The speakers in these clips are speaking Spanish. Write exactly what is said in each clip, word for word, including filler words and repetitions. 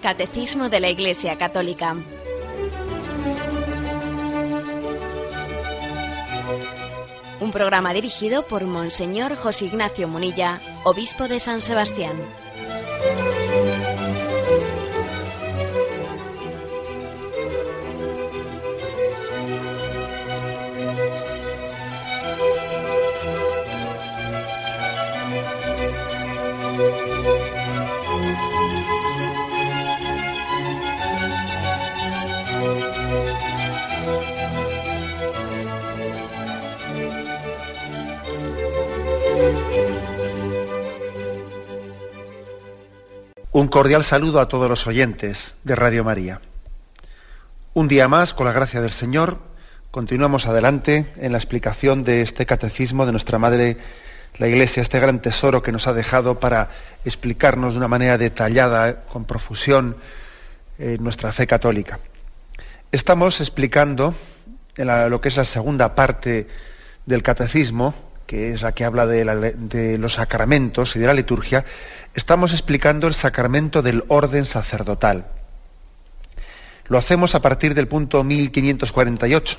Catecismo de la Iglesia Católica. Un programa dirigido por Monseñor José Ignacio Munilla, obispo de San Sebastián. Un cordial saludo a todos los oyentes de Radio María. Un día más, con la gracia del Señor, continuamos adelante en la explicación de este catecismo de nuestra Madre, la Iglesia, este gran tesoro que nos ha dejado para explicarnos de una manera detallada, con profusión, eh, nuestra fe católica. Estamos explicando en la, lo que es la segunda parte del catecismo, que es la que habla de, la, de los sacramentos y de la liturgia. Estamos explicando el sacramento del orden sacerdotal. Lo hacemos a partir del punto mil quinientos cuarenta y ocho.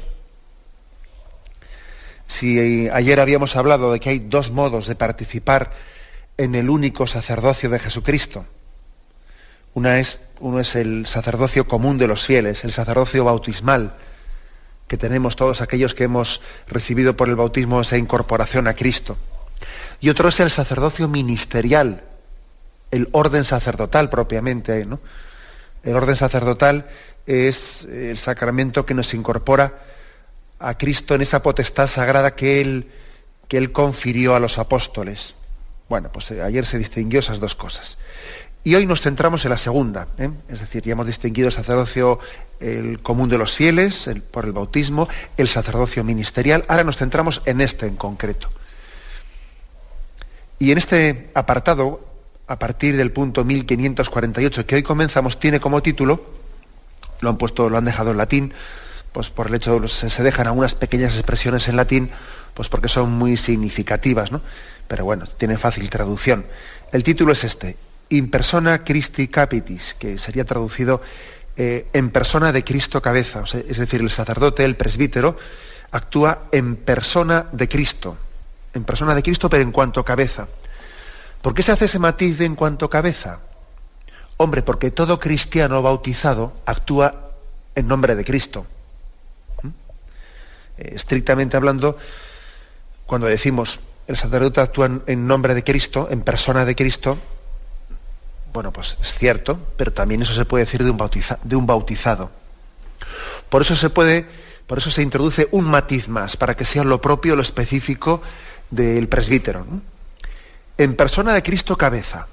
Si ayer habíamos hablado de que hay dos modos de participar en el único sacerdocio de Jesucristo. Una es, uno es el sacerdocio común de los fieles, el sacerdocio bautismal, que tenemos todos aquellos que hemos recibido por el bautismo esa incorporación a Cristo. Y otro es el sacerdocio ministerial, el orden sacerdotal propiamente, ¿no? El orden sacerdotal es el sacramento que nos incorpora a Cristo en esa potestad sagrada que Él, que Él confirió a los apóstoles. Bueno, pues ayer se distinguió esas dos cosas. Y hoy nos centramos en la segunda, ¿eh? Es decir, ya hemos distinguido el sacerdocio el común de los fieles, el, por el bautismo, el sacerdocio ministerial. Ahora nos centramos en este en concreto. Y en este apartado, a partir del punto mil quinientos cuarenta y ocho, que hoy comenzamos, tiene como título, lo han puesto, lo han dejado en latín, pues por el hecho de que se dejan algunas pequeñas expresiones en latín, pues porque son muy significativas, ¿no? Pero bueno, tiene fácil traducción. El título es este: In persona Christi capitis, que sería traducido eh, en persona de Cristo cabeza. O sea, es decir, el sacerdote, el presbítero, actúa en persona de Cristo, en persona de Cristo, pero en cuanto cabeza. ¿Por qué se hace ese matiz de en cuanto cabeza? Hombre, porque todo cristiano bautizado actúa en nombre de Cristo. ¿Mm? Eh, estrictamente hablando, cuando decimos el sacerdote actúa en, en nombre de Cristo, en persona de Cristo, bueno, pues es cierto, pero también eso se puede decir de un, bautiza, de un bautizado. Por eso se puede, por eso se introduce un matiz más, para que sea lo propio, lo específico del presbítero, ¿no? En persona de Cristo cabeza.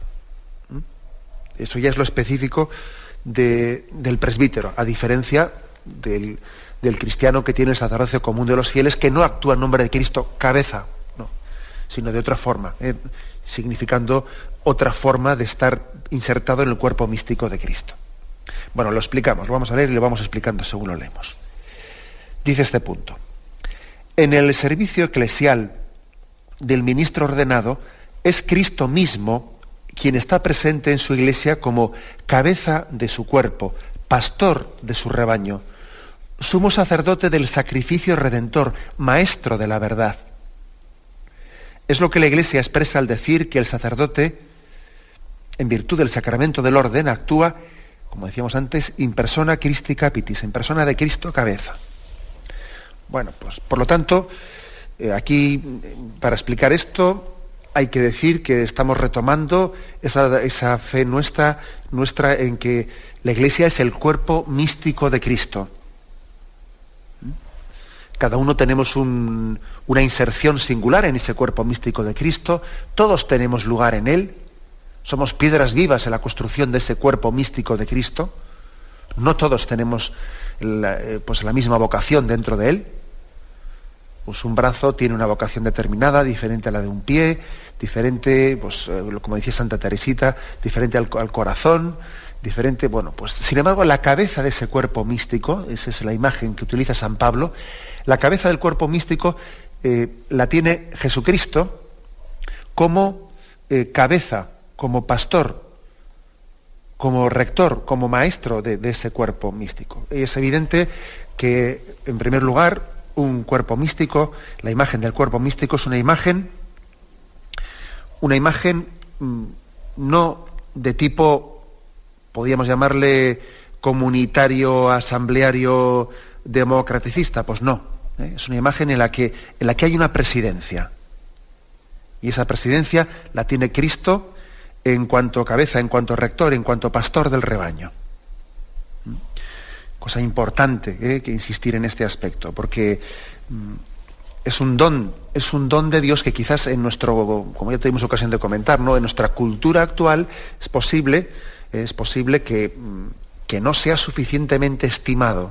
Eso ya es lo específico de, del presbítero, a diferencia del, del cristiano que tiene el sacerdocio común de los fieles, que no actúa en nombre de Cristo cabeza, no, sino de otra forma, ¿eh? significando otra forma de estar insertado en el cuerpo místico de Cristo. Bueno, lo explicamos, lo vamos a leer y lo vamos explicando según lo leemos. Dice este punto: en el servicio eclesial del ministro ordenado, es Cristo mismo quien está presente en su iglesia como cabeza de su cuerpo, pastor de su rebaño, sumo sacerdote del sacrificio redentor, maestro de la verdad. Es lo que la Iglesia expresa al decir que el sacerdote, en virtud del sacramento del orden, actúa, como decíamos antes, in persona Christi capitis, en persona de Cristo cabeza. Bueno, pues por lo tanto, eh, aquí, para explicar esto, hay que decir que estamos retomando esa, esa fe nuestra, nuestra en que la Iglesia es el cuerpo místico de Cristo. Cada uno tenemos un, una inserción singular en ese cuerpo místico de Cristo, todos tenemos lugar en él, somos piedras vivas en la construcción de ese cuerpo místico de Cristo, no todos tenemos la, pues la misma vocación dentro de él. Pues un brazo tiene una vocación determinada, diferente a la de un pie, diferente, pues como decía Santa Teresita, diferente al, al corazón, diferente, bueno, pues sin embargo la cabeza de ese cuerpo místico, esa es la imagen que utiliza San Pablo, la cabeza del cuerpo místico eh, la tiene Jesucristo como eh, cabeza, como pastor, como rector, como maestro de, de ese cuerpo místico. Y es evidente que, en primer lugar, un cuerpo místico, la imagen del cuerpo místico es una imagen, una imagen mmm, no de tipo, podríamos llamarle comunitario, asambleario, democraticista, pues no. ¿eh? Es una imagen en la que, en la que hay una presidencia. Y esa presidencia la tiene Cristo en cuanto cabeza, en cuanto rector, en cuanto pastor del rebaño. Cosa importante ¿eh? que insistir en este aspecto, porque mm, es un don, es un don de Dios que quizás en nuestro, como ya tuvimos ocasión de comentar, ¿no? En nuestra cultura actual es posible, es posible que, que no sea suficientemente estimado.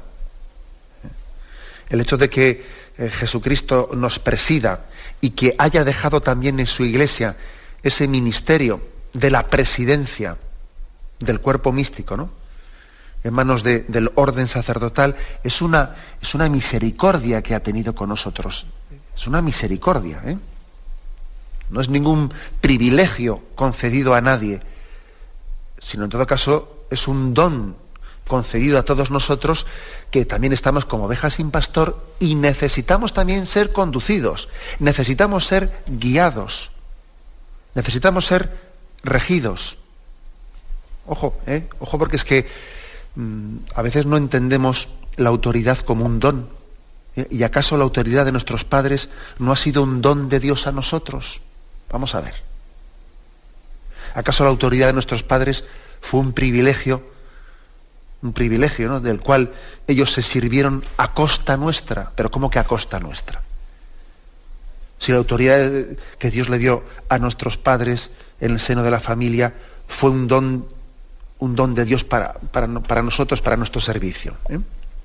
El hecho de que eh, Jesucristo nos presida y que haya dejado también en su iglesia ese ministerio de la presidencia del cuerpo místico, ¿no? en manos de, del orden sacerdotal, es una, es una misericordia que ha tenido con nosotros. Es una misericordia, ¿eh? No es ningún privilegio concedido a nadie, sino en todo caso es un don concedido a todos nosotros, que también estamos como ovejas sin pastor y necesitamos también ser conducidos, necesitamos ser guiados, necesitamos ser regidos. Ojo, ¿eh? Ojo, porque es que mmm, a veces no entendemos la autoridad como un don. ¿eh? ¿Y acaso la autoridad de nuestros padres no ha sido un don de Dios a nosotros? Vamos a ver. ¿Acaso la autoridad de nuestros padres fue un privilegio, un privilegio, ¿no? del cual ellos se sirvieron a costa nuestra? Pero ¿cómo que a costa nuestra? Si la autoridad que Dios le dio a nuestros padres en el seno de la familia fue un don, un don de Dios para, para, para nosotros, para nuestro servicio. ¿eh?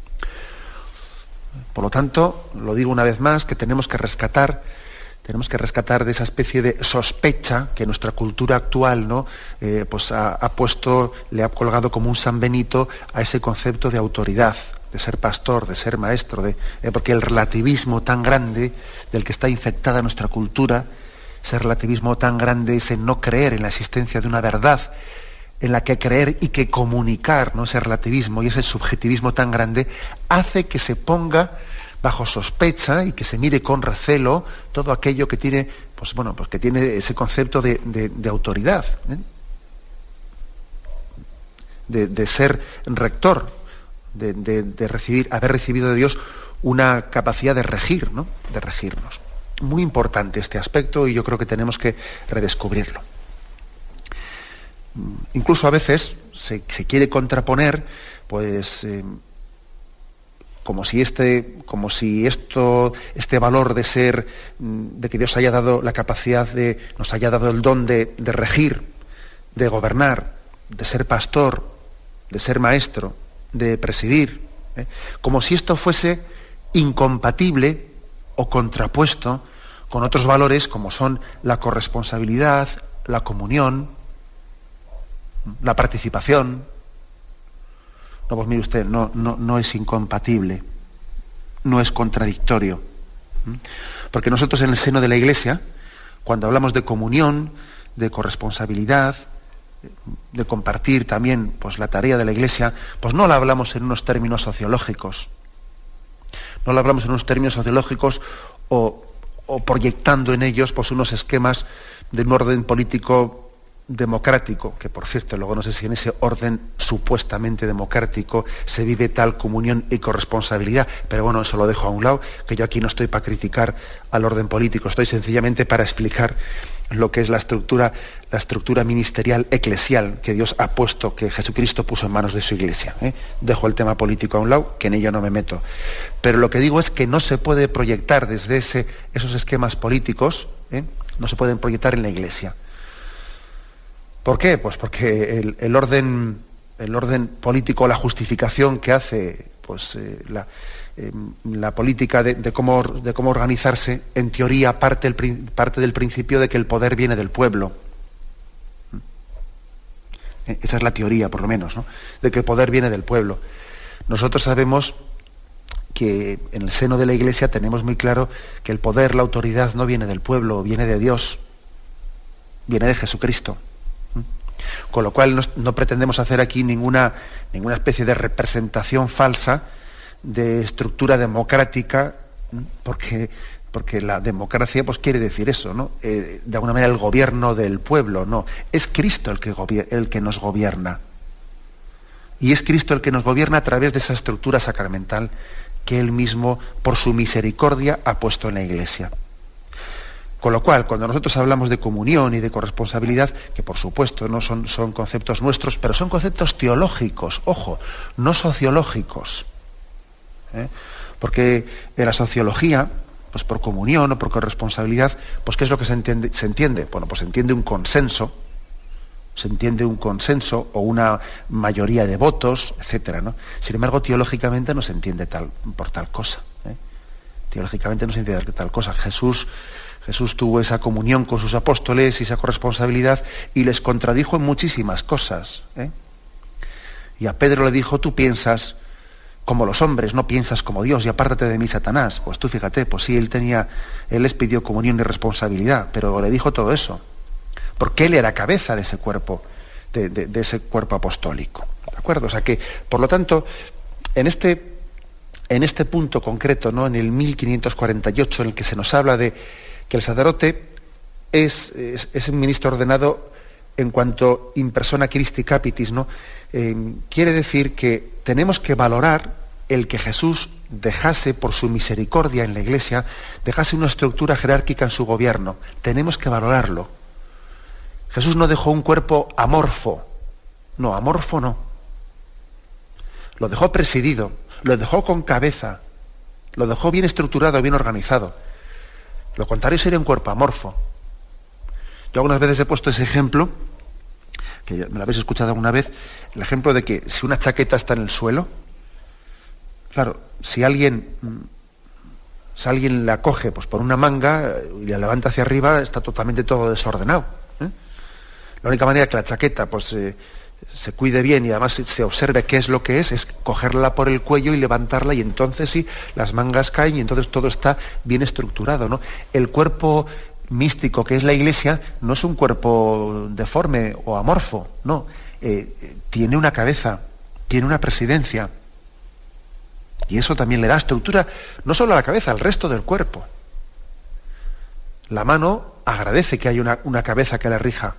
Por lo tanto, lo digo una vez más, que tenemos que rescatar, tenemos que rescatar de esa especie de sospecha que nuestra cultura actual, ¿no? eh, pues ha, ha puesto, le ha colgado como un San Benito a ese concepto de autoridad, de ser pastor, de ser maestro, de, eh, porque el relativismo tan grande del que está infectada nuestra cultura, ese relativismo tan grande, ese no creer en la existencia de una verdad en la que creer y que comunicar, ¿no? Ese relativismo y ese subjetivismo tan grande hace que se ponga bajo sospecha y que se mire con recelo todo aquello que tiene, pues bueno, pues que tiene ese concepto de, de, de autoridad, ¿eh? de, de ser rector, de, de, de recibir, haber recibido de Dios una capacidad de regir, ¿no? de regirnos. Muy importante este aspecto y yo creo que tenemos que redescubrirlo. Incluso a veces se, se quiere contraponer, pues, eh, como si este, como si esto, este valor de ser, de que Dios haya dado la capacidad de, nos haya dado el don de, de regir, de gobernar, de ser pastor, de ser maestro, de presidir, ¿eh? como si esto fuese incompatible o contrapuesto con otros valores como son la corresponsabilidad, la comunión, la participación. No, pues mire usted, no, no, no es incompatible, no es contradictorio. Porque nosotros en el seno de la Iglesia, cuando hablamos de comunión, de corresponsabilidad, de compartir también pues, la tarea de la Iglesia, pues no la hablamos en unos términos sociológicos. No la hablamos en unos términos sociológicos o, o proyectando en ellos pues, unos esquemas de un orden político democrático, que por cierto, luego no sé si en ese orden supuestamente democrático se vive tal comunión y corresponsabilidad, pero bueno, eso lo dejo a un lado, que yo aquí no estoy para criticar al orden político, estoy sencillamente para explicar lo que es la estructura, la estructura ministerial eclesial que Dios ha puesto, que Jesucristo puso en manos de su Iglesia. ¿eh? Dejo el tema político a un lado, que en ello no me meto. Pero lo que digo es que no se puede proyectar desde ese, esos esquemas políticos, ¿eh? no se pueden proyectar en la Iglesia. ¿Por qué? Pues porque el, el, orden, el orden político, la justificación que hace pues, eh, la, eh, la política de, de, cómo, de cómo organizarse, en teoría parte, el, parte del principio de que el poder viene del pueblo. Esa es la teoría, por lo menos, ¿no? De que el poder viene del pueblo. Nosotros sabemos que en el seno de la Iglesia tenemos muy claro que el poder, la autoridad no viene del pueblo, viene de Dios, viene de Jesucristo. Con lo cual no, no pretendemos hacer aquí ninguna, ninguna especie de representación falsa de estructura democrática, porque, porque la democracia pues quiere decir eso, ¿no? Eh, de alguna manera el gobierno del pueblo, no. Es Cristo el que, gobier- el que nos gobierna. Y es Cristo el que nos gobierna a través de esa estructura sacramental que Él mismo, por su misericordia, ha puesto en la Iglesia. Con lo cual, cuando nosotros hablamos de comunión y de corresponsabilidad, que por supuesto no son, son conceptos nuestros, pero son conceptos teológicos, ojo, no sociológicos. ¿Eh? Porque en la sociología, pues por comunión o por corresponsabilidad, pues ¿qué es lo que se entiende? se entiende? Bueno, pues se entiende un consenso, se entiende un consenso o una mayoría de votos, etcétera, ¿no? Sin embargo, teológicamente no se entiende tal, por tal cosa. ¿eh? Teológicamente no se entiende tal cosa. Jesús Jesús tuvo esa comunión con sus apóstoles y esa corresponsabilidad y les contradijo en muchísimas cosas. ¿eh? Y a Pedro le dijo, tú piensas como los hombres, no piensas como Dios, y apártate de mí, Satanás. Pues tú fíjate, pues sí, él tenía, él les pidió comunión y responsabilidad, pero le dijo todo eso, porque él era cabeza de ese cuerpo, de, de, de ese cuerpo apostólico. ¿De acuerdo? O sea que, por lo tanto, en este, en este punto concreto, ¿no? En el mil quinientos cuarenta y ocho, en el que se nos habla de que el sacerdote es, es, es un ministro ordenado en cuanto in persona Christi capitis, ¿no? Eh, quiere decir que tenemos que valorar el que Jesús dejase, por su misericordia en la Iglesia, dejase una estructura jerárquica en su gobierno. Tenemos que valorarlo. Jesús no dejó un cuerpo amorfo. No, amorfo no. Lo dejó presidido, lo dejó con cabeza, lo dejó bien estructurado, bien organizado. Lo contrario sería un cuerpo amorfo. Yo algunas veces he puesto ese ejemplo, que me lo habéis escuchado alguna vez, el ejemplo de que si una chaqueta está en el suelo, claro, si alguien, si alguien la coge pues, por una manga y la levanta hacia arriba, está totalmente todo desordenado. ¿eh? La única manera que la chaqueta pues, eh, se cuide bien y además se observe qué es lo que es, es cogerla por el cuello y levantarla, y entonces sí, las mangas caen y entonces todo está bien estructurado, ¿no? El cuerpo místico que es la Iglesia no es un cuerpo deforme o amorfo, no, eh, tiene una cabeza, tiene una presidencia, y eso también le da estructura no solo a la cabeza, al resto del cuerpo. La mano agradece que haya una, una cabeza que la rija,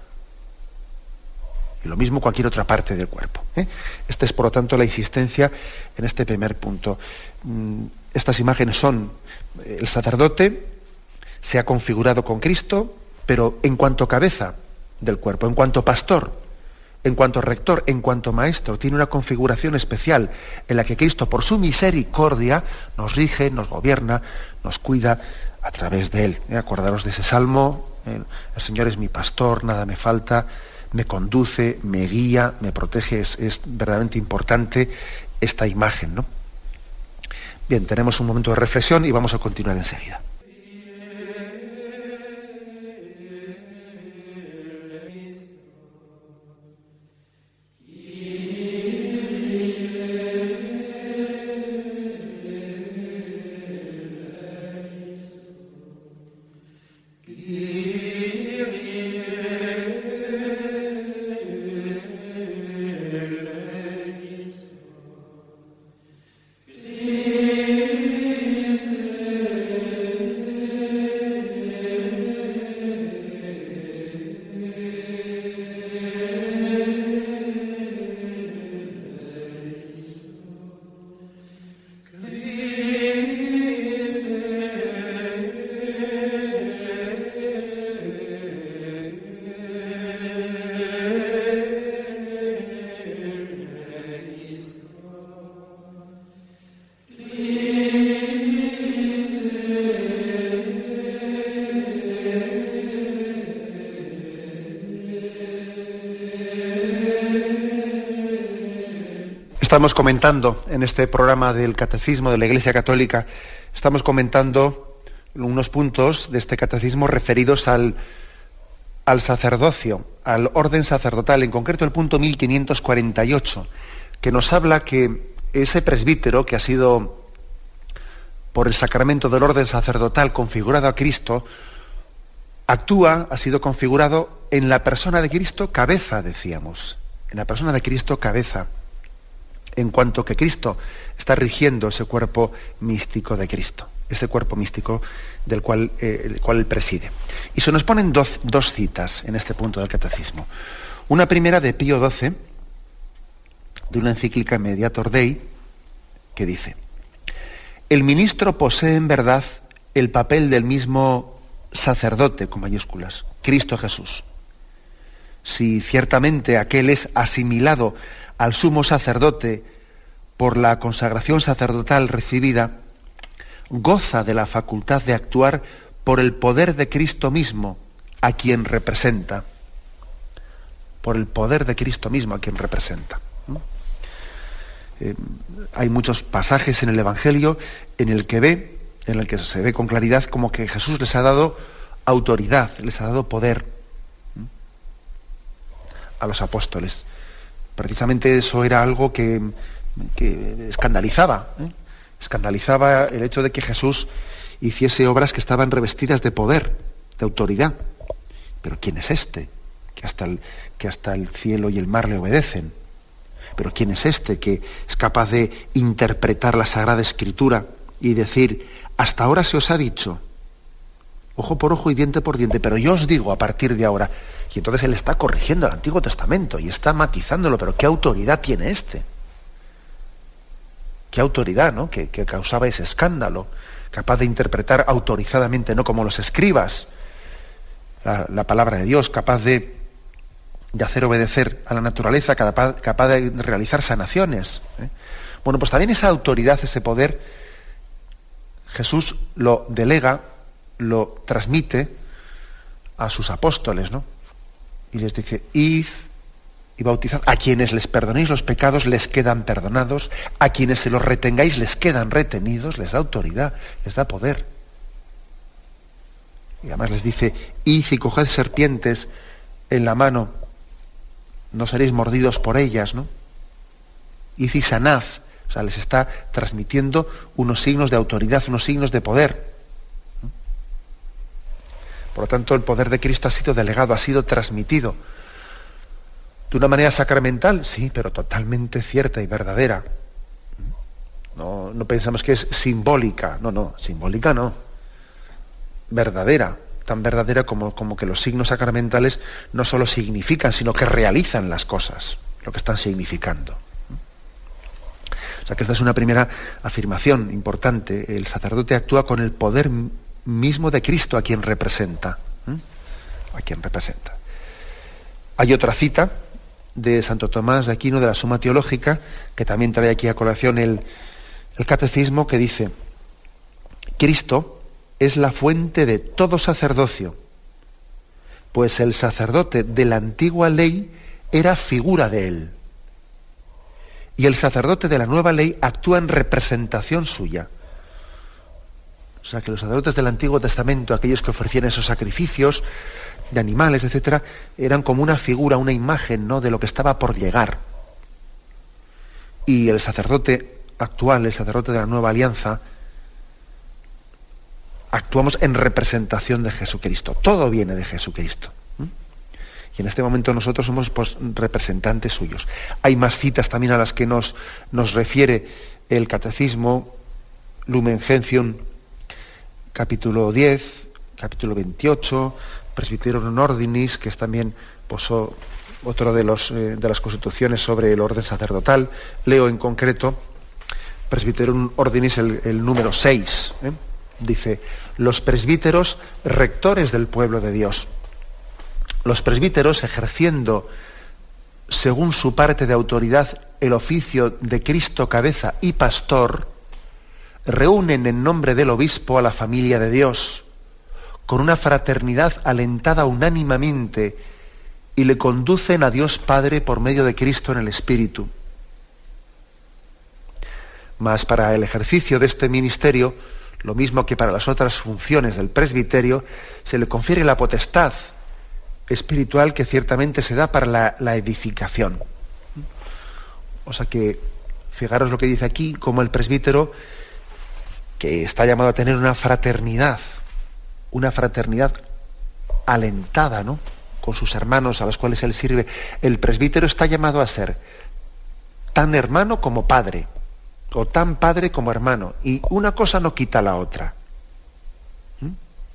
y lo mismo cualquier otra parte del cuerpo. ¿eh? Esta es, por lo tanto, la insistencia en este primer punto. Estas imágenes son, el sacerdote se ha configurado con Cristo, pero en cuanto cabeza del cuerpo, en cuanto pastor, en cuanto rector, en cuanto maestro, tiene una configuración especial en la que Cristo, por su misericordia, nos rige, nos gobierna, nos cuida a través de Él. ¿eh? Acordaros de ese salmo, el, el Señor es mi pastor, nada me falta, me conduce, me guía, me protege. Es, es verdaderamente importante esta imagen, ¿no? Bien, tenemos un momento de reflexión y vamos a continuar enseguida. Estamos comentando en este programa del Catecismo de la Iglesia Católica, estamos comentando unos puntos de este catecismo referidos al, al sacerdocio, al orden sacerdotal, en concreto el punto mil quinientos cuarenta y ocho, que nos habla que ese presbítero que ha sido, por el sacramento del orden sacerdotal, configurado a Cristo, actúa, ha sido configurado en la persona de Cristo cabeza, decíamos, en la persona de Cristo cabeza, en cuanto que Cristo está rigiendo ese cuerpo místico de Cristo, ese cuerpo místico del cual, eh, el cual él preside. Y se nos ponen dos, dos citas en este punto del catecismo. Una primera de Pío doce, de una encíclica Mediator Dei, que dice: el ministro posee en verdad el papel del mismo sacerdote, con mayúsculas, Cristo Jesús. Si ciertamente aquel es asimilado al sumo sacerdote por la consagración sacerdotal recibida, goza de la facultad de actuar por el poder de Cristo mismo, a quien representa. Por el poder de Cristo mismo, a quien representa. Eh, hay muchos pasajes en el Evangelio en el que ve, en el que se ve con claridad como que Jesús les ha dado autoridad, les ha dado poder a los apóstoles. Precisamente eso era algo que, que escandalizaba, ¿eh? escandalizaba el hecho de que Jesús hiciese obras que estaban revestidas de poder, de autoridad. Pero ¿quién es este? Que hasta el, que hasta el cielo y el mar le obedecen. Pero ¿quién es este que es capaz de interpretar la Sagrada Escritura y decir, hasta ahora se os ha dicho, ojo por ojo y diente por diente, pero yo os digo a partir de ahora? Y entonces él está corrigiendo el Antiguo Testamento y está matizándolo, pero ¿qué autoridad tiene este? ¿Qué autoridad, no? Que, que causaba ese escándalo, capaz de interpretar autorizadamente, no como los escribas, la, la palabra de Dios, capaz de, de hacer obedecer a la naturaleza, capaz, capaz de realizar sanaciones, ¿eh? Bueno, pues también esa autoridad, ese poder, Jesús lo delega, lo transmite a sus apóstoles, ¿no? Y les dice, id y bautizad. A quienes les perdonéis los pecados les quedan perdonados, a quienes se los retengáis les quedan retenidos, les da autoridad, les da poder. Y además les dice, id y coged serpientes en la mano, no seréis mordidos por ellas, ¿no? Id y sanad. O sea, les está transmitiendo unos signos de autoridad, unos signos de poder. Por lo tanto, el poder de Cristo ha sido delegado, ha sido transmitido. ¿De una manera sacramental? Sí, pero totalmente cierta y verdadera. No, no pensamos que es simbólica. No, no, simbólica no. Verdadera. Tan verdadera como, como que los signos sacramentales no solo significan, sino que realizan las cosas, lo que están significando. O sea que esta es una primera afirmación importante. El sacerdote actúa con el poder mismo de Cristo, a quien representa. ¿eh? A quien representa. Hay otra cita de Santo Tomás de Aquino, de la Suma Teológica, que también trae aquí a colación el, el catecismo, que dice: Cristo es la fuente de todo sacerdocio, pues el sacerdote de la antigua ley era figura de él, y el sacerdote de la nueva ley actúa en representación suya. O sea, que los sacerdotes del Antiguo Testamento, aquellos que ofrecían esos sacrificios de animales, etcétera, eran como una figura, una imagen, ¿no?, de lo que estaba por llegar. Y el sacerdote actual, el sacerdote de la nueva alianza, actuamos en representación de Jesucristo. Todo viene de Jesucristo. ¿Mm? Y en este momento nosotros somos, pues, representantes suyos. Hay más citas también a las que nos, nos refiere el Catecismo, Lumen Gentium, capítulo diez, capítulo veintiocho, Presbyterorum Ordinis, que es también, pues, o, otro de, los, eh, de las constituciones sobre el orden sacerdotal. Leo en concreto Presbyterorum Ordinis, el, el número seis. ¿eh? Dice: los presbíteros rectores del pueblo de Dios. Los presbíteros, ejerciendo según su parte de autoridad el oficio de Cristo cabeza y pastor, reúnen en nombre del obispo a la familia de Dios, con una fraternidad alentada unánimemente, y le conducen a Dios Padre por medio de Cristo en el Espíritu. Mas para el ejercicio de este ministerio, lo mismo que para las otras funciones del presbiterio, se le confiere la potestad espiritual que ciertamente se da para la, la edificación. O sea que, fijaros lo que dice aquí, como el presbítero, que está llamado a tener una fraternidad, una fraternidad alentada, ¿no?, con sus hermanos a los cuales él sirve, el presbítero está llamado a ser tan hermano como padre, o tan padre como hermano, y una cosa no quita la otra. ¿Mm?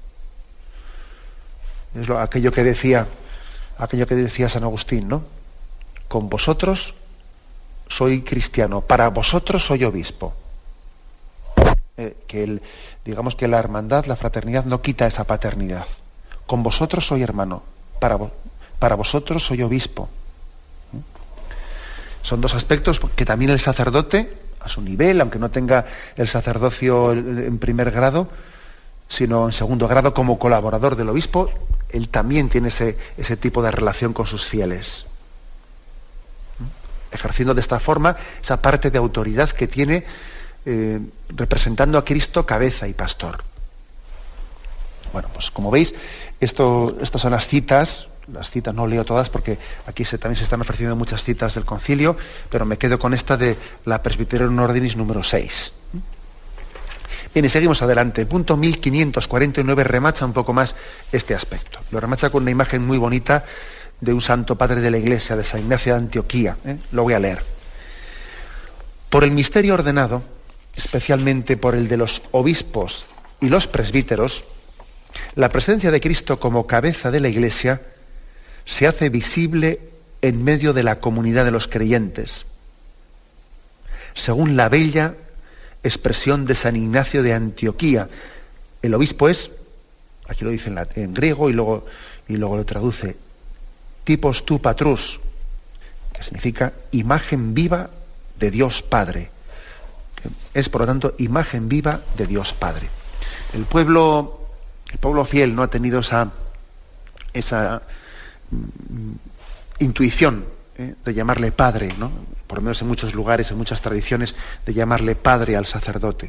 Es lo, aquello que decía, aquello que decía San Agustín, ¿no? Con vosotros soy cristiano, para vosotros soy obispo. Eh, que el, digamos que la hermandad, la fraternidad no quita esa paternidad. Con vosotros soy hermano, para, vo, para vosotros soy obispo. ¿Mm? Son dos aspectos que también el sacerdote, a su nivel, aunque no tenga el sacerdocio en primer grado, sino en segundo grado como colaborador del obispo, él también tiene ese, ese tipo de relación con sus fieles, ejerciendo de esta forma esa parte de autoridad que tiene, eh, representando a Cristo cabeza y pastor. Bueno, pues como veis, esto, estas son las citas, las citas no leo todas porque aquí se, también se están ofreciendo muchas citas del concilio, pero me quedo con esta de la Presbyterorum Ordinis número seis. Bien, y seguimos adelante. Punto mil quinientos cuarenta y nueve remacha un poco más este aspecto. Lo remacha con una imagen muy bonita de un santo padre de la Iglesia, de San Ignacio de Antioquía. ¿eh? Lo voy a leer. Por el misterio ordenado, especialmente por el de los obispos y los presbíteros, la presencia de Cristo como cabeza de la Iglesia se hace visible en medio de la comunidad de los creyentes, según la bella expresión de San Ignacio de Antioquía. El obispo es, aquí lo dice en, la, en griego y luego, y luego lo traduce, tipos tu patrus, que significa imagen viva de Dios Padre. Es, por lo tanto, imagen viva de Dios Padre. El pueblo, el pueblo fiel no ha tenido esa, esa mm, intuición ¿eh? de llamarle Padre, ¿no? Por lo menos en muchos lugares, en muchas tradiciones, de llamarle Padre al sacerdote.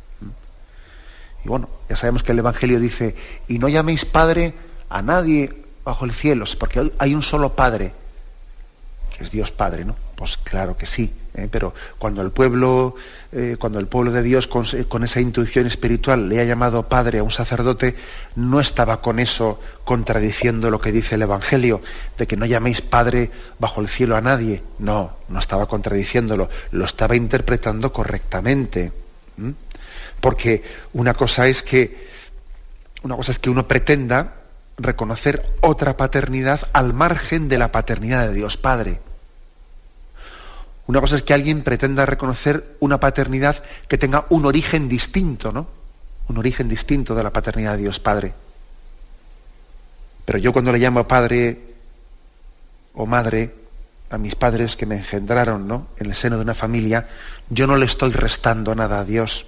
Y bueno, ya sabemos que el Evangelio dice, y no llaméis Padre a nadie bajo el cielo, porque hay un solo Padre, que es Dios Padre, ¿no? Pues claro que sí, ¿eh? Pero cuando el pueblo, eh, cuando el pueblo de Dios con, con esa intuición espiritual le ha llamado Padre a un sacerdote, no estaba con eso contradiciendo lo que dice el Evangelio, de que no llaméis Padre bajo el cielo a nadie. No, no estaba contradiciéndolo, lo estaba interpretando correctamente. ¿Mm? Porque una cosa es que, una cosa es que uno pretenda reconocer otra paternidad al margen de la paternidad de Dios Padre. Una cosa es que alguien pretenda reconocer una paternidad que tenga un origen distinto, ¿no? Un origen distinto de la paternidad de Dios Padre. Pero yo cuando le llamo padre o madre a mis padres que me engendraron, ¿no? En el seno de una familia, yo no le estoy restando nada a Dios.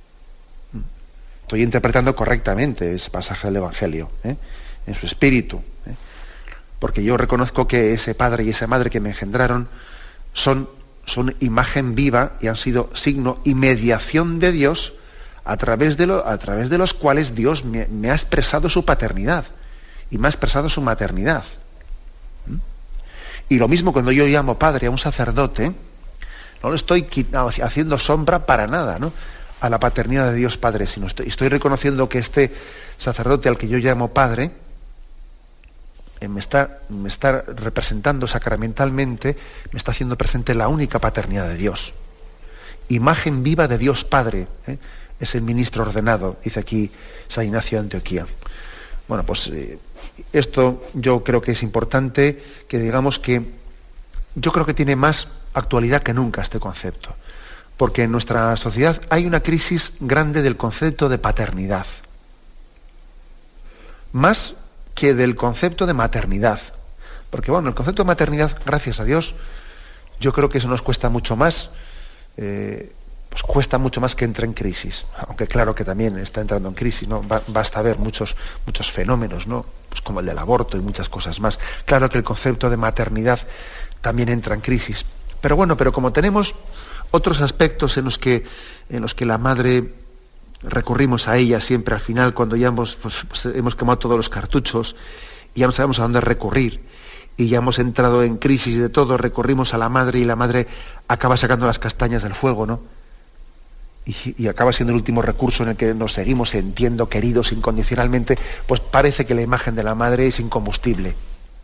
Estoy interpretando correctamente ese pasaje del Evangelio, ¿eh? En su espíritu, ¿eh? Porque yo reconozco que ese padre y esa madre que me engendraron son, son imagen viva y han sido signo y mediación de Dios a través de, lo, a través de los cuales Dios me, me ha expresado su paternidad y me ha expresado su maternidad. ¿Mm? Y lo mismo cuando yo llamo padre a un sacerdote, no le estoy haciendo sombra para nada, ¿no? a la paternidad de Dios Padre, sino estoy, estoy reconociendo que este sacerdote al que yo llamo padre eh, me, está, me está representando sacramentalmente, me está haciendo presente la única paternidad de Dios. Imagen viva de Dios Padre, ¿eh? es el ministro ordenado, dice aquí San Ignacio de Antioquía. Bueno, pues eh, esto yo creo que es importante que digamos que yo creo que tiene más actualidad que nunca este concepto. Porque en nuestra sociedad hay una crisis grande del concepto de paternidad. Más que del concepto de maternidad. Porque bueno, el concepto de maternidad, gracias a Dios, yo creo que eso nos cuesta mucho más, eh, pues cuesta mucho más que entre en crisis. Aunque claro que también está entrando en crisis, ¿no? Basta ver muchos, muchos fenómenos, ¿no? Pues como el del aborto y muchas cosas más. Claro que el concepto de maternidad también entra en crisis. Pero bueno, pero como tenemos otros aspectos en los que, en los que la madre recurrimos a ella siempre al final, cuando ya hemos, pues, pues, hemos quemado todos los cartuchos y ya no sabemos a dónde recurrir y ya hemos entrado en crisis de todo, recurrimos a la madre y la madre acaba sacando las castañas del fuego, ¿no? Y, y acaba siendo el último recurso en el que nos seguimos sintiendo queridos incondicionalmente, pues parece que la imagen de la madre es incombustible.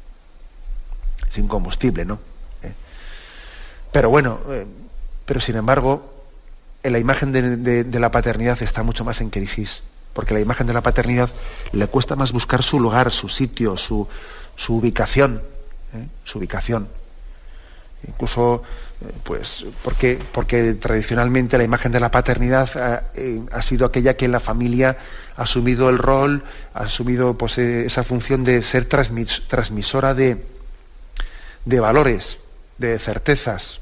es incombustible, ¿no? ¿Eh? Pero bueno, eh, pero sin embargo, en la imagen de, de, de la paternidad está mucho más en crisis, porque la imagen de la paternidad le cuesta más buscar su lugar, su sitio, su, su ubicación, ¿eh? su ubicación. Incluso, eh, pues, porque, porque tradicionalmente la imagen de la paternidad ha, eh, ha sido aquella que en la familia ha asumido el rol, ha asumido pues, eh, esa función de ser transmis, transmisora de, de valores, de certezas,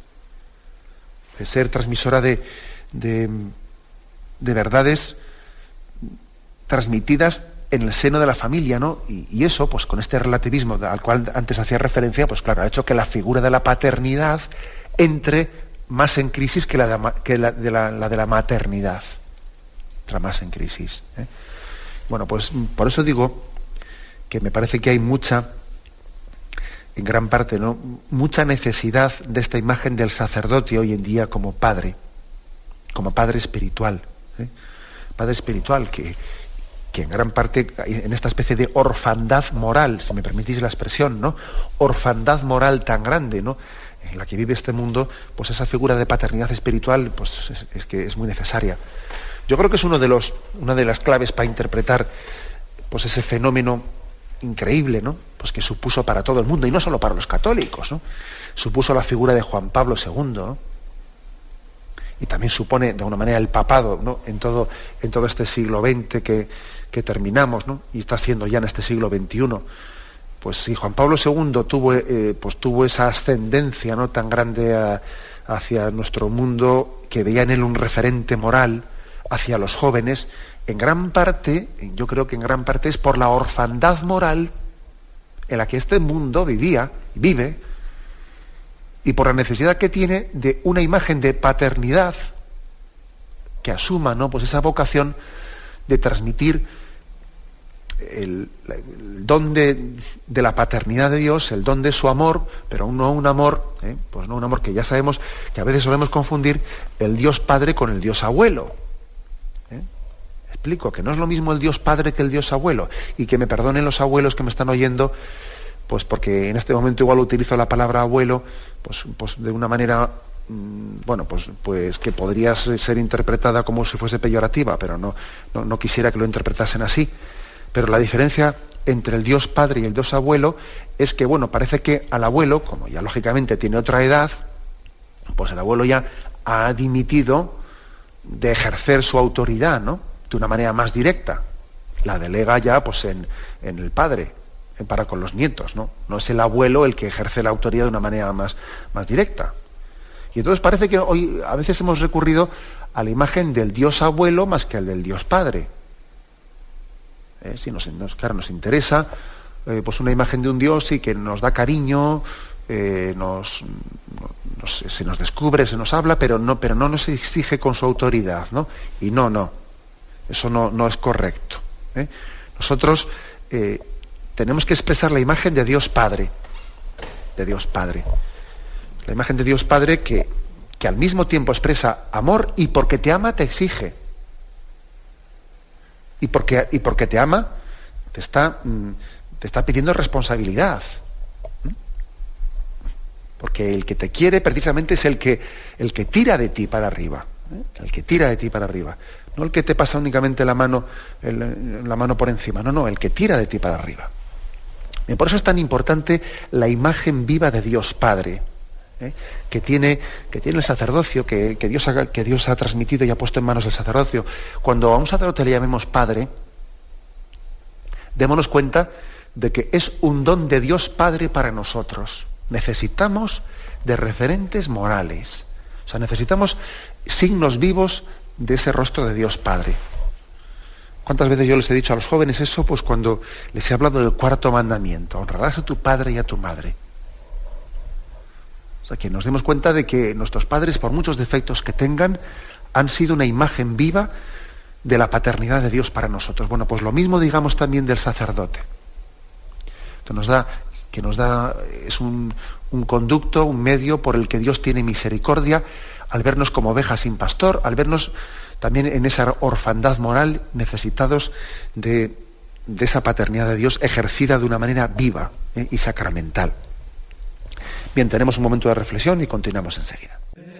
de ser transmisora de, de, de verdades transmitidas en el seno de la familia, ¿no? Y, y eso, pues con este relativismo al cual antes hacía referencia, pues claro, ha hecho que la figura de la paternidad entre más en crisis que la de, que la, de, la, la de la maternidad. Entra más en crisis. ¿eh? Bueno, pues por eso digo que me parece que hay mucha, en gran parte, ¿no? mucha necesidad de esta imagen del sacerdote hoy en día como padre, como padre espiritual. ¿eh? Padre espiritual que, que en gran parte, en esta especie de orfandad moral, si me permitís la expresión, ¿no? Orfandad moral tan grande, ¿no? En la que vive este mundo, pues esa figura de paternidad espiritual, pues es, es que es muy necesaria. Yo creo que es uno de los, una de las claves para interpretar, pues ese fenómeno increíble, ¿no? Pues que supuso para todo el mundo, y no solo para los católicos, ¿no? Supuso la figura de Juan Pablo segundo, ¿no? Y también supone, de alguna manera, el papado, ¿no? en, todo, en todo este siglo veinte que, que terminamos, ¿no? Y está siendo ya en este siglo veintiuno. Pues si Juan Pablo segundo tuvo, eh, pues tuvo esa ascendencia, ¿no? tan grande a, hacia nuestro mundo, que veía en él un referente moral hacia los jóvenes, en gran parte, yo creo que en gran parte es por la orfandad moral en la que este mundo vivía, vive, y por la necesidad que tiene de una imagen de paternidad que asuma, ¿no? pues esa vocación de transmitir el, el don de, de la paternidad de Dios, el don de su amor, pero no un amor, ¿eh? pues no un amor que ya sabemos que a veces solemos confundir el Dios Padre con el Dios Abuelo. ¿eh? Explico que no es lo mismo el Dios Padre que el Dios Abuelo, y que me perdonen los abuelos que me están oyendo, pues porque en este momento igual utilizo la palabra abuelo, pues, pues de una manera, mmm, bueno, pues, pues que podría ser interpretada como si fuese peyorativa, pero no, no, no quisiera que lo interpretasen así. Pero la diferencia entre el Dios Padre y el Dios Abuelo es que, bueno, parece que al abuelo, como ya lógicamente tiene otra edad, pues el abuelo ya ha dimitido de ejercer su autoridad, ¿no? De una manera más directa. La delega ya, pues, en, en el padre, para con los nietos, ¿no? No es el abuelo el que ejerce la autoridad de una manera más, más directa. Y entonces parece que hoy a veces hemos recurrido a la imagen del Dios Abuelo más que al del Dios Padre. ¿Eh? Si nos, nos, claro, nos interesa eh, pues una imagen de un Dios y que nos da cariño, eh, nos, nos, se nos descubre, se nos habla, pero no, pero no nos exige con su autoridad, ¿no? Y no, no, eso no, no es correcto. ¿eh? Nosotros eh, tenemos que expresar la imagen de Dios Padre, de Dios Padre. La imagen de Dios Padre que, que al mismo tiempo expresa amor y porque te ama te exige. Y porque, y porque te ama te está, te está pidiendo responsabilidad. Porque el que te quiere precisamente es el que, el que tira de ti para arriba. ¿eh? El que tira de ti para arriba. No el que te pasa únicamente la mano, el, la mano por encima. No, no, el que tira de ti para arriba. Y por eso es tan importante la imagen viva de Dios Padre, ¿eh? que, tiene, que tiene el sacerdocio, que, que, Dios ha, que Dios ha transmitido y ha puesto en manos del sacerdocio. Cuando a un sacerdote le llamemos Padre, démonos cuenta de que es un don de Dios Padre para nosotros. Necesitamos de referentes morales. O sea, necesitamos signos vivos de ese rostro de Dios Padre. ¿Cuántas veces yo les he dicho a los jóvenes eso? Pues cuando les he hablado del cuarto mandamiento. Honrarás a tu padre y a tu madre. O sea, que nos demos cuenta de que nuestros padres, por muchos defectos que tengan, han sido una imagen viva de la paternidad de Dios para nosotros. Bueno, pues lo mismo digamos también del sacerdote. Que nos da, que nos da es un, un conducto, un medio por el que Dios tiene misericordia al vernos como ovejas sin pastor, al vernos también en esa orfandad moral, necesitados de, de esa paternidad de Dios ejercida de una manera viva ¿eh? y sacramental. Bien, tenemos un momento de reflexión y continuamos enseguida.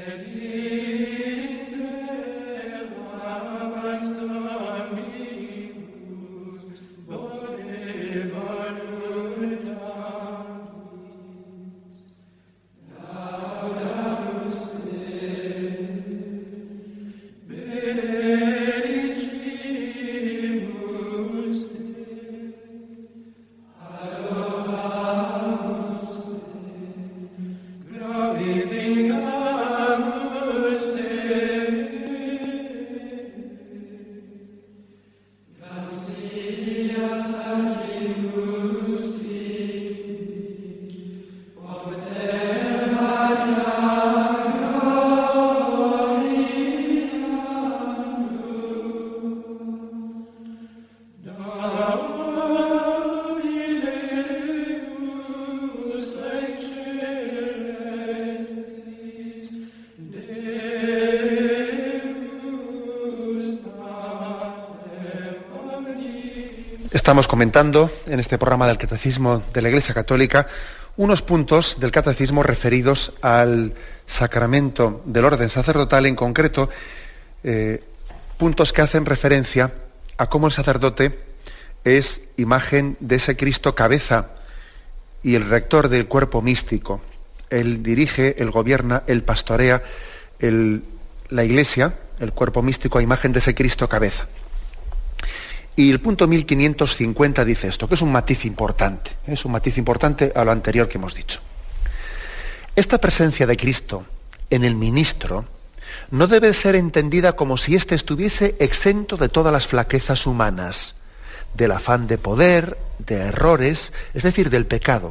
Estamos comentando en este programa del Catecismo de la Iglesia Católica unos puntos del Catecismo referidos al sacramento del orden sacerdotal, en concreto eh, puntos que hacen referencia a cómo el sacerdote es imagen de ese Cristo cabeza y el rector del cuerpo místico. Él dirige, él gobierna, él pastorea el, la Iglesia, el cuerpo místico, a imagen de ese Cristo cabeza. Y el punto mil quinientos cincuenta dice esto, que es un matiz importante, es un matiz importante a lo anterior que hemos dicho. Esta presencia de Cristo en el ministro no debe ser entendida como si éste estuviese exento de todas las flaquezas humanas, del afán de poder, de errores, es decir, del pecado.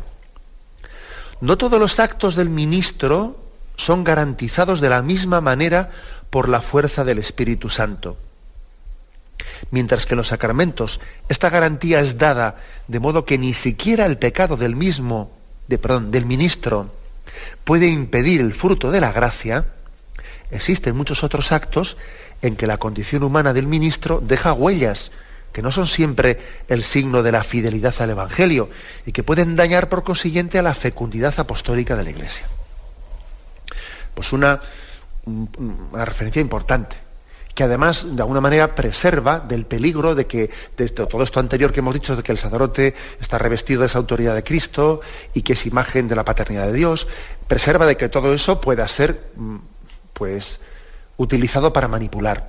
No todos los actos del ministro son garantizados de la misma manera por la fuerza del Espíritu Santo. Mientras que en los sacramentos esta garantía es dada de modo que ni siquiera el pecado del mismo, de, perdón, del ministro puede impedir el fruto de la gracia, existen muchos otros actos en que la condición humana del ministro deja huellas que no son siempre el signo de la fidelidad al Evangelio y que pueden dañar por consiguiente a la fecundidad apostólica de la Iglesia. Pues una, una referencia importante, que además de alguna manera preserva del peligro de que, de esto, todo esto anterior que hemos dicho, de que el sacerdote está revestido de esa autoridad de Cristo y que es imagen de la paternidad de Dios, preserva de que todo eso pueda ser pues utilizado para manipular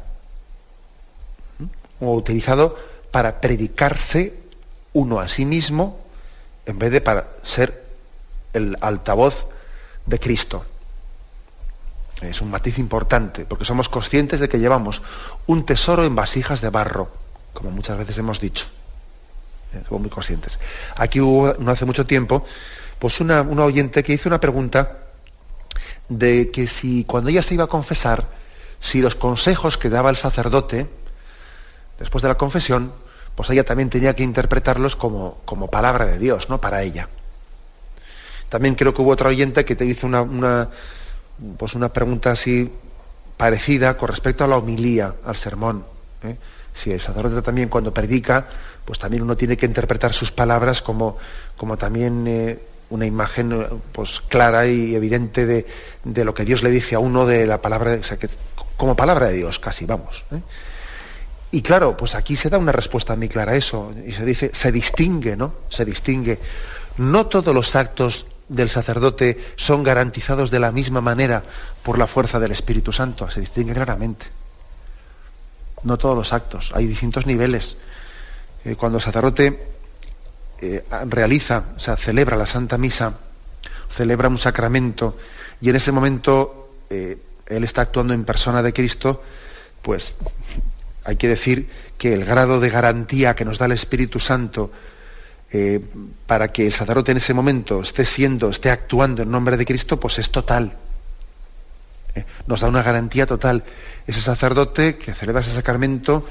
o utilizado para predicarse uno a sí mismo en vez de para ser el altavoz de Cristo. Es un matiz importante, porque somos conscientes de que llevamos un tesoro en vasijas de barro, como muchas veces hemos dicho. Somos muy conscientes. Aquí hubo, no hace mucho tiempo, pues una, una oyente que hizo una pregunta de que si cuando ella se iba a confesar, si los consejos que daba el sacerdote, después de la confesión, pues ella también tenía que interpretarlos como, como palabra de Dios, ¿no? Para ella. También creo que hubo otra oyente que te hizo una... una pues una pregunta así parecida con respecto a la homilía, al sermón. ¿eh? Si el sacerdote también cuando predica, pues también uno tiene que interpretar sus palabras como, como también eh, una imagen pues clara y evidente de, de lo que Dios le dice a uno de la palabra, o sea, que, como palabra de Dios casi, vamos. ¿eh? Y claro, pues aquí se da una respuesta muy clara a eso, y se dice, se distingue, ¿no? Se distingue. No todos los actos del sacerdote son garantizados de la misma manera por la fuerza del Espíritu Santo, se distingue claramente. No todos los actos, hay distintos niveles. Eh, cuando el sacerdote eh, realiza, o sea, celebra la Santa Misa, celebra un sacramento, y en ese momento eh, él está actuando en persona de Cristo, pues hay que decir que el grado de garantía que nos da el Espíritu Santo Eh, para que el sacerdote en ese momento esté siendo, esté actuando en nombre de Cristo, pues es total. Eh, nos da una garantía total. Ese sacerdote que celebra ese sacramento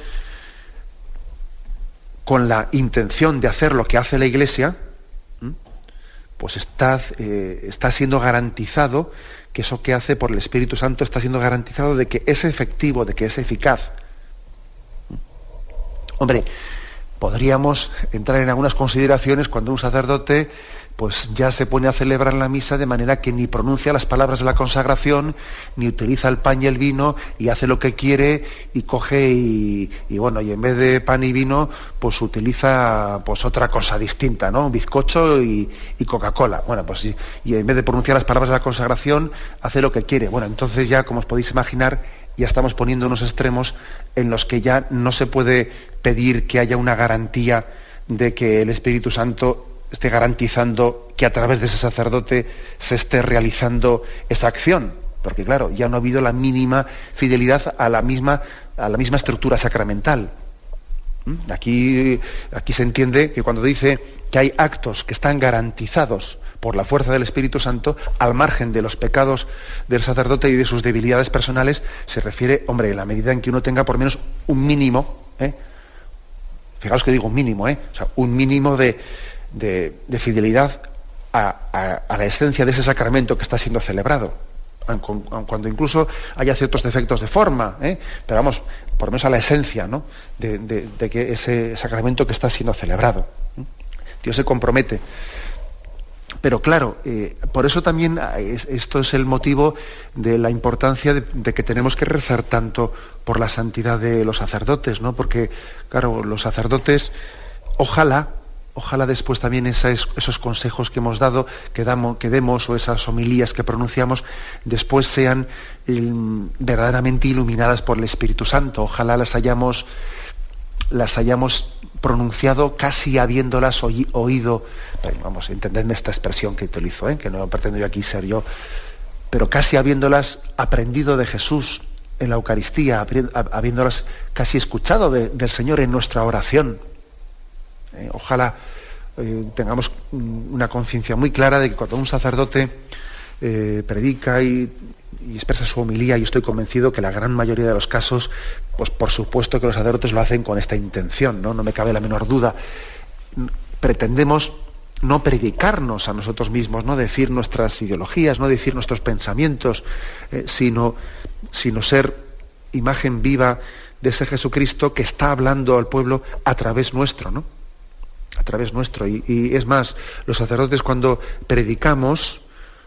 con la intención de hacer lo que hace la Iglesia, ¿m? pues está, eh, está siendo garantizado que eso que hace por el Espíritu Santo está siendo garantizado de que es efectivo, de que es eficaz. ¿M? Hombre, podríamos entrar en algunas consideraciones cuando un sacerdote pues ya se pone a celebrar la misa de manera que ni pronuncia las palabras de la consagración, ni utiliza el pan y el vino, y hace lo que quiere, y coge y, y bueno, y en vez de pan y vino, pues utiliza pues otra cosa distinta, ¿no? Bizcocho y, y Coca-Cola. Bueno, pues y, y en vez de pronunciar las palabras de la consagración, hace lo que quiere. Bueno, entonces ya, como os podéis imaginar, ya estamos poniendo unos extremos en los que ya no se puede pedir que haya una garantía de que el Espíritu Santo esté garantizando que a través de ese sacerdote se esté realizando esa acción, porque claro, ya no ha habido la mínima fidelidad a la misma, a la misma estructura sacramental. ¿Mm? Aquí, aquí se entiende que cuando dice que hay actos que están garantizados por la fuerza del Espíritu Santo, al margen de los pecados del sacerdote y de sus debilidades personales, se refiere, hombre, en la medida en que uno tenga por lo menos un mínimo, ¿eh? Fijaos que digo un mínimo, ¿eh? O sea, un mínimo de, de, de fidelidad a, a, a la esencia de ese sacramento que está siendo celebrado, aun cuando incluso haya ciertos defectos de forma, ¿eh? Pero vamos, por lo menos a la esencia, ¿no? de, de, de que ese sacramento que está siendo celebrado. ¿eh? Dios se compromete. Pero claro, eh, por eso también es, esto es el motivo de la importancia de, de que tenemos que rezar tanto por la santidad de los sacerdotes, ¿no? Porque, claro, los sacerdotes, ojalá, ojalá después también esas, esos consejos que hemos dado, que, damos, que demos, o esas homilías que pronunciamos, después sean eh, verdaderamente iluminadas por el Espíritu Santo. Ojalá las hayamos, las hayamos pronunciado casi habiéndolas oí, oído, vamos, entendedme esta expresión que utilizo, ¿eh? Que no pretendo yo aquí ser yo, pero casi habiéndolas aprendido de Jesús en la Eucaristía, habiéndolas casi escuchado de, del Señor en nuestra oración. Eh, ojalá eh, tengamos una conciencia muy clara de que cuando un sacerdote eh, predica y, y expresa su homilía, yo estoy convencido que la gran mayoría de los casos, pues por supuesto que los sacerdotes lo hacen con esta intención, ¿no? No me cabe la menor duda. Pretendemos no predicarnos a nosotros mismos, no decir nuestras ideologías, no decir nuestros pensamientos, eh, sino, sino ser imagen viva de ese Jesucristo que está hablando al pueblo a través nuestro, ¿no? A través nuestro. Y, y es más, los sacerdotes cuando predicamos,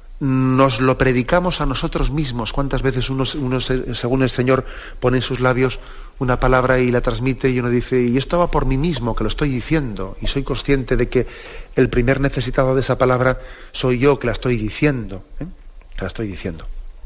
nos lo predicamos a nosotros mismos. ¿Cuántas veces uno, uno según el Señor, pone en sus labios una palabra y la transmite y uno dice, y esto va por mí mismo, que lo estoy diciendo, y soy consciente de que el primer necesitado de esa palabra soy yo, que la estoy diciendo, ¿eh? que la estoy diciendo.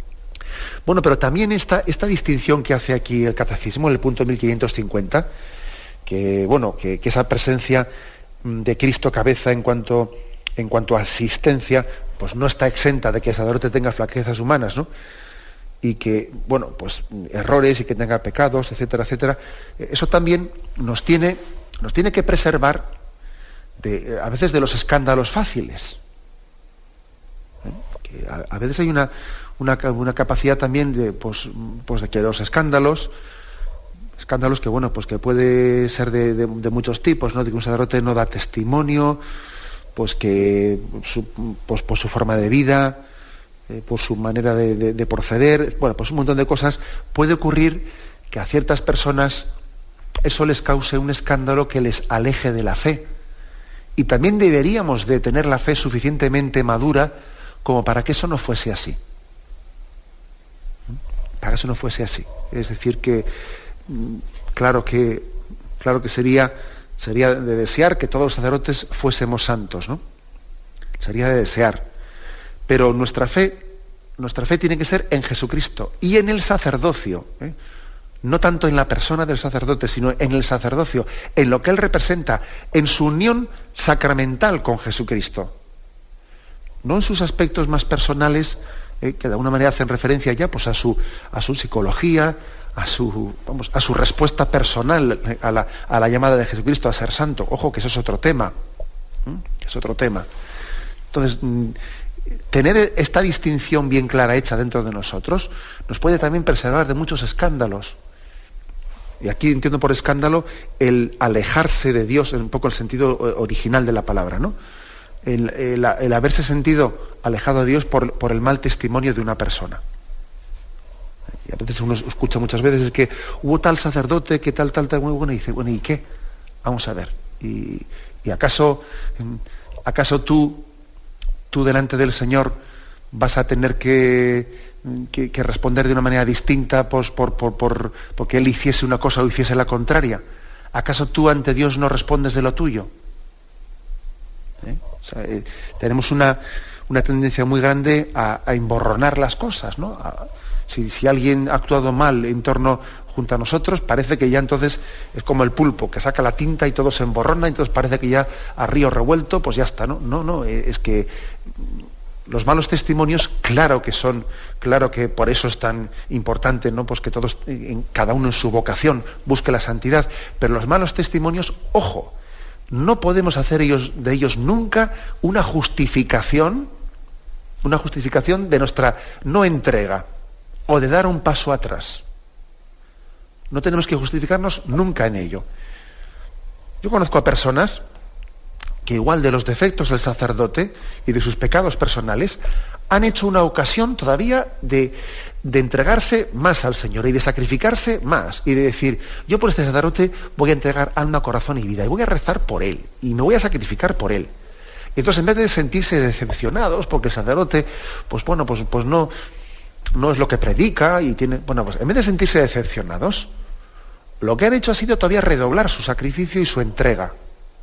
Bueno, pero también esta, esta distinción que hace aquí el Catecismo, en el punto mil quinientos cincuenta, que, bueno, que, que esa presencia de Cristo cabeza en cuanto, en cuanto a asistencia, pues no está exenta de que el sacerdote tenga flaquezas humanas, ¿no? Y que, bueno, pues errores y que tenga pecados, etcétera, etcétera. Eso también nos tiene, nos tiene que preservar de, a veces de los escándalos fáciles. ¿Eh? Que a, a veces hay una, una, una capacidad también de, pues, pues de que los escándalos, escándalos que, bueno, pues que puede ser de, de, de muchos tipos, ¿no? De que un sacerdote no da testimonio, pues que su, pues por su forma de vida, eh, por su manera de, de, de proceder, bueno, pues un montón de cosas. Puede ocurrir que a ciertas personas eso les cause un escándalo que les aleje de la fe. Y también deberíamos de tener la fe suficientemente madura como para que eso no fuese así. Para que eso no fuese así. Es decir, que claro que, claro que sería... sería de desear que todos los sacerdotes fuésemos santos, ¿no? Sería de desear. Pero nuestra fe, nuestra fe tiene que ser en Jesucristo y en el sacerdocio, ¿eh? No tanto en la persona del sacerdote, sino en el sacerdocio, en lo que él representa, en su unión sacramental con Jesucristo. No en sus aspectos más personales, ¿eh? que de alguna manera hacen referencia ya pues, a su, a su psicología, a su, vamos, a su respuesta personal a la, a la llamada de Jesucristo a ser santo. Ojo, que eso es otro tema. ¿Mm? Es otro tema. Entonces, tener esta distinción bien clara hecha dentro de nosotros nos puede también preservar de muchos escándalos. Y aquí entiendo por escándalo el alejarse de Dios, en un poco el sentido original de la palabra, ¿no? El, el, el haberse sentido alejado de Dios por, por el mal testimonio de una persona. Y a veces uno escucha muchas veces es que hubo tal sacerdote que tal, tal, tal, muy bueno, y dice, bueno, ¿y qué? Vamos a ver. ¿Y, y acaso, acaso tú tú delante del Señor vas a tener que, que, que responder de una manera distinta pues, por, por, por, porque Él hiciese una cosa o hiciese la contraria. ¿Acaso tú ante Dios no respondes de lo tuyo? ¿Eh? O sea, eh, tenemos una, una tendencia muy grande a, a emborronar las cosas, ¿no? A, si, si alguien ha actuado mal en torno junto a nosotros, parece que ya entonces es como el pulpo, que saca la tinta y todo se emborrona, entonces parece que ya a río revuelto, pues ya está, ¿no? No, no, es que los malos testimonios, claro que son, claro que por eso es tan importante, ¿no? Pues que todos, en, cada uno en su vocación, busque la santidad, pero los malos testimonios, ojo, no podemos hacer ellos, de ellos nunca una justificación, una justificación de nuestra no entrega, o de dar un paso atrás. No tenemos que justificarnos nunca en ello. Yo conozco a personas que igual de los defectos del sacerdote y de sus pecados personales, han hecho una ocasión todavía de, de entregarse más al Señor y de sacrificarse más y de decir, yo por este sacerdote voy a entregar alma, corazón y vida y voy a rezar por él y me voy a sacrificar por él. Y entonces en vez de sentirse decepcionados porque el sacerdote, pues bueno, pues, pues no, no es lo que predica y tiene, bueno, pues en vez de sentirse decepcionados, lo que han hecho ha sido todavía redoblar su sacrificio y su entrega.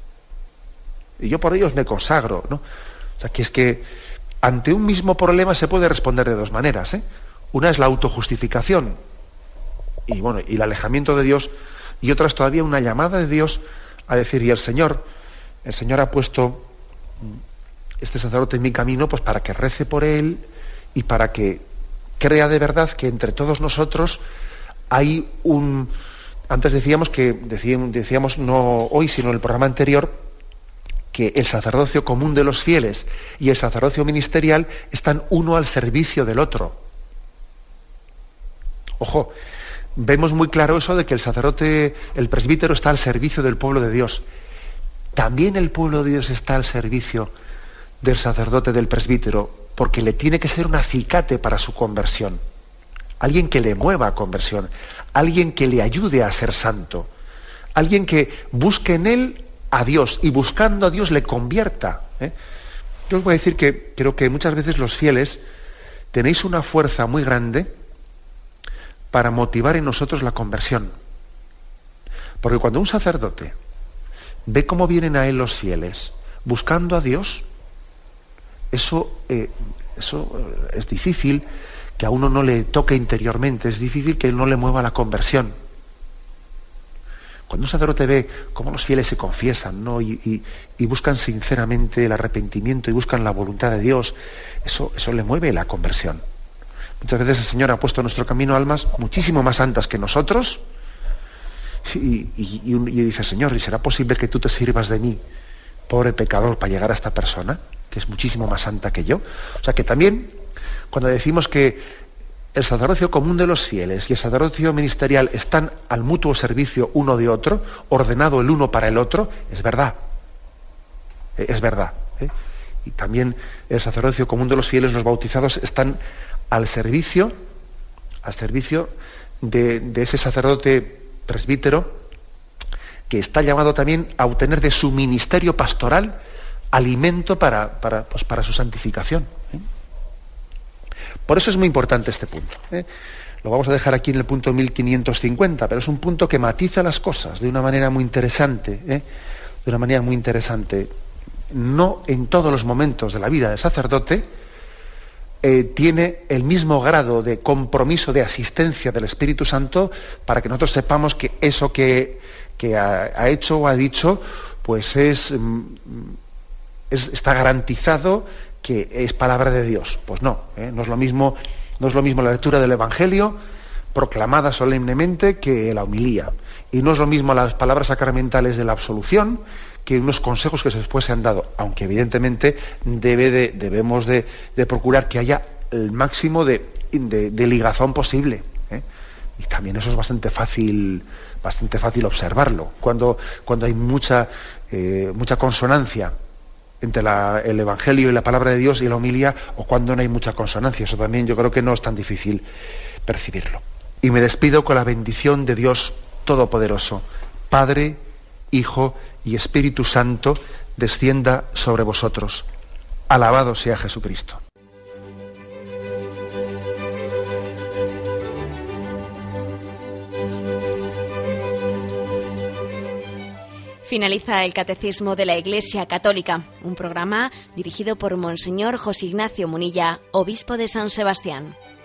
Y yo por ellos me consagro, ¿no? O sea, que es que ante un mismo problema se puede responder de dos maneras, ¿eh? Una es la autojustificación y, bueno, y el alejamiento de Dios, y otra es todavía una llamada de Dios a decir, y el Señor, el Señor ha puesto este sacerdote en mi camino pues para que rece por él y para que crea de verdad que entre todos nosotros hay un... Antes decíamos que, decíamos, decíamos no hoy, sino en el programa anterior, que el sacerdocio común de los fieles y el sacerdocio ministerial están uno al servicio del otro. Ojo, vemos muy claro eso de que el sacerdote, el presbítero está al servicio del pueblo de Dios. También el pueblo de Dios está al servicio del sacerdote, del presbítero, porque le tiene que ser un acicate para su conversión. Alguien que le mueva a conversión, alguien que le ayude a ser santo, alguien que busque en él a Dios y buscando a Dios le convierta. ¿eh? Yo os voy a decir que creo que muchas veces los fieles tenéis una fuerza muy grande para motivar en nosotros la conversión. Porque cuando un sacerdote ve cómo vienen a él los fieles buscando a Dios, eso, eh, eso es difícil que a uno no le toque interiormente, es difícil que no le mueva la conversión. Cuando un sacerdote ve cómo los fieles se confiesan, ¿no? y, y, y buscan sinceramente el arrepentimiento y buscan la voluntad de Dios, eso, eso le mueve la conversión. Muchas veces el Señor ha puesto en nuestro camino almas muchísimo más santas que nosotros y, y, y, y dice, Señor, ¿y será posible que tú te sirvas de mí, pobre pecador, para llegar a esta persona, que es muchísimo más santa que yo? O sea que también, cuando decimos que el sacerdocio común de los fieles y el sacerdocio ministerial están al mutuo servicio uno de otro, ordenado el uno para el otro, es verdad. Es verdad. ¿eh? Y también el sacerdocio común de los fieles, los bautizados, están al servicio, al servicio de, de ese sacerdote presbítero que está llamado también a obtener de su ministerio pastoral alimento para, para, pues para su santificación. ¿eh? Por eso es muy importante este punto. ¿eh? Lo vamos a dejar aquí en el punto mil quinientos cincuenta, pero es un punto que matiza las cosas de una manera muy interesante, ¿eh? de una manera muy interesante. No en todos los momentos de la vida del sacerdote eh, tiene el mismo grado de compromiso de asistencia del Espíritu Santo para que nosotros sepamos que eso que, que ha, ha hecho o ha dicho, pues es, es está garantizado que es palabra de Dios. Pues no, ¿eh? no es lo mismo, no es lo mismo la lectura del Evangelio proclamada solemnemente que la homilía. Y no es lo mismo las palabras sacramentales de la absolución que unos consejos que después se han dado, aunque evidentemente debe de, debemos de, de procurar que haya el máximo de, de, de ligazón posible. ¿eh? Y también eso es bastante fácil, bastante fácil observarlo. Cuando, cuando hay mucha, eh, mucha consonancia entre la, el Evangelio y la palabra de Dios y la homilía, o cuando no hay mucha consonancia. Eso también yo creo que no es tan difícil percibirlo. Y me despido con la bendición de Dios Todopoderoso, Padre, Hijo y Espíritu Santo, descienda sobre vosotros. Alabado sea Jesucristo. Finaliza el Catecismo de la Iglesia Católica, un programa dirigido por Monseñor José Ignacio Munilla, obispo de San Sebastián.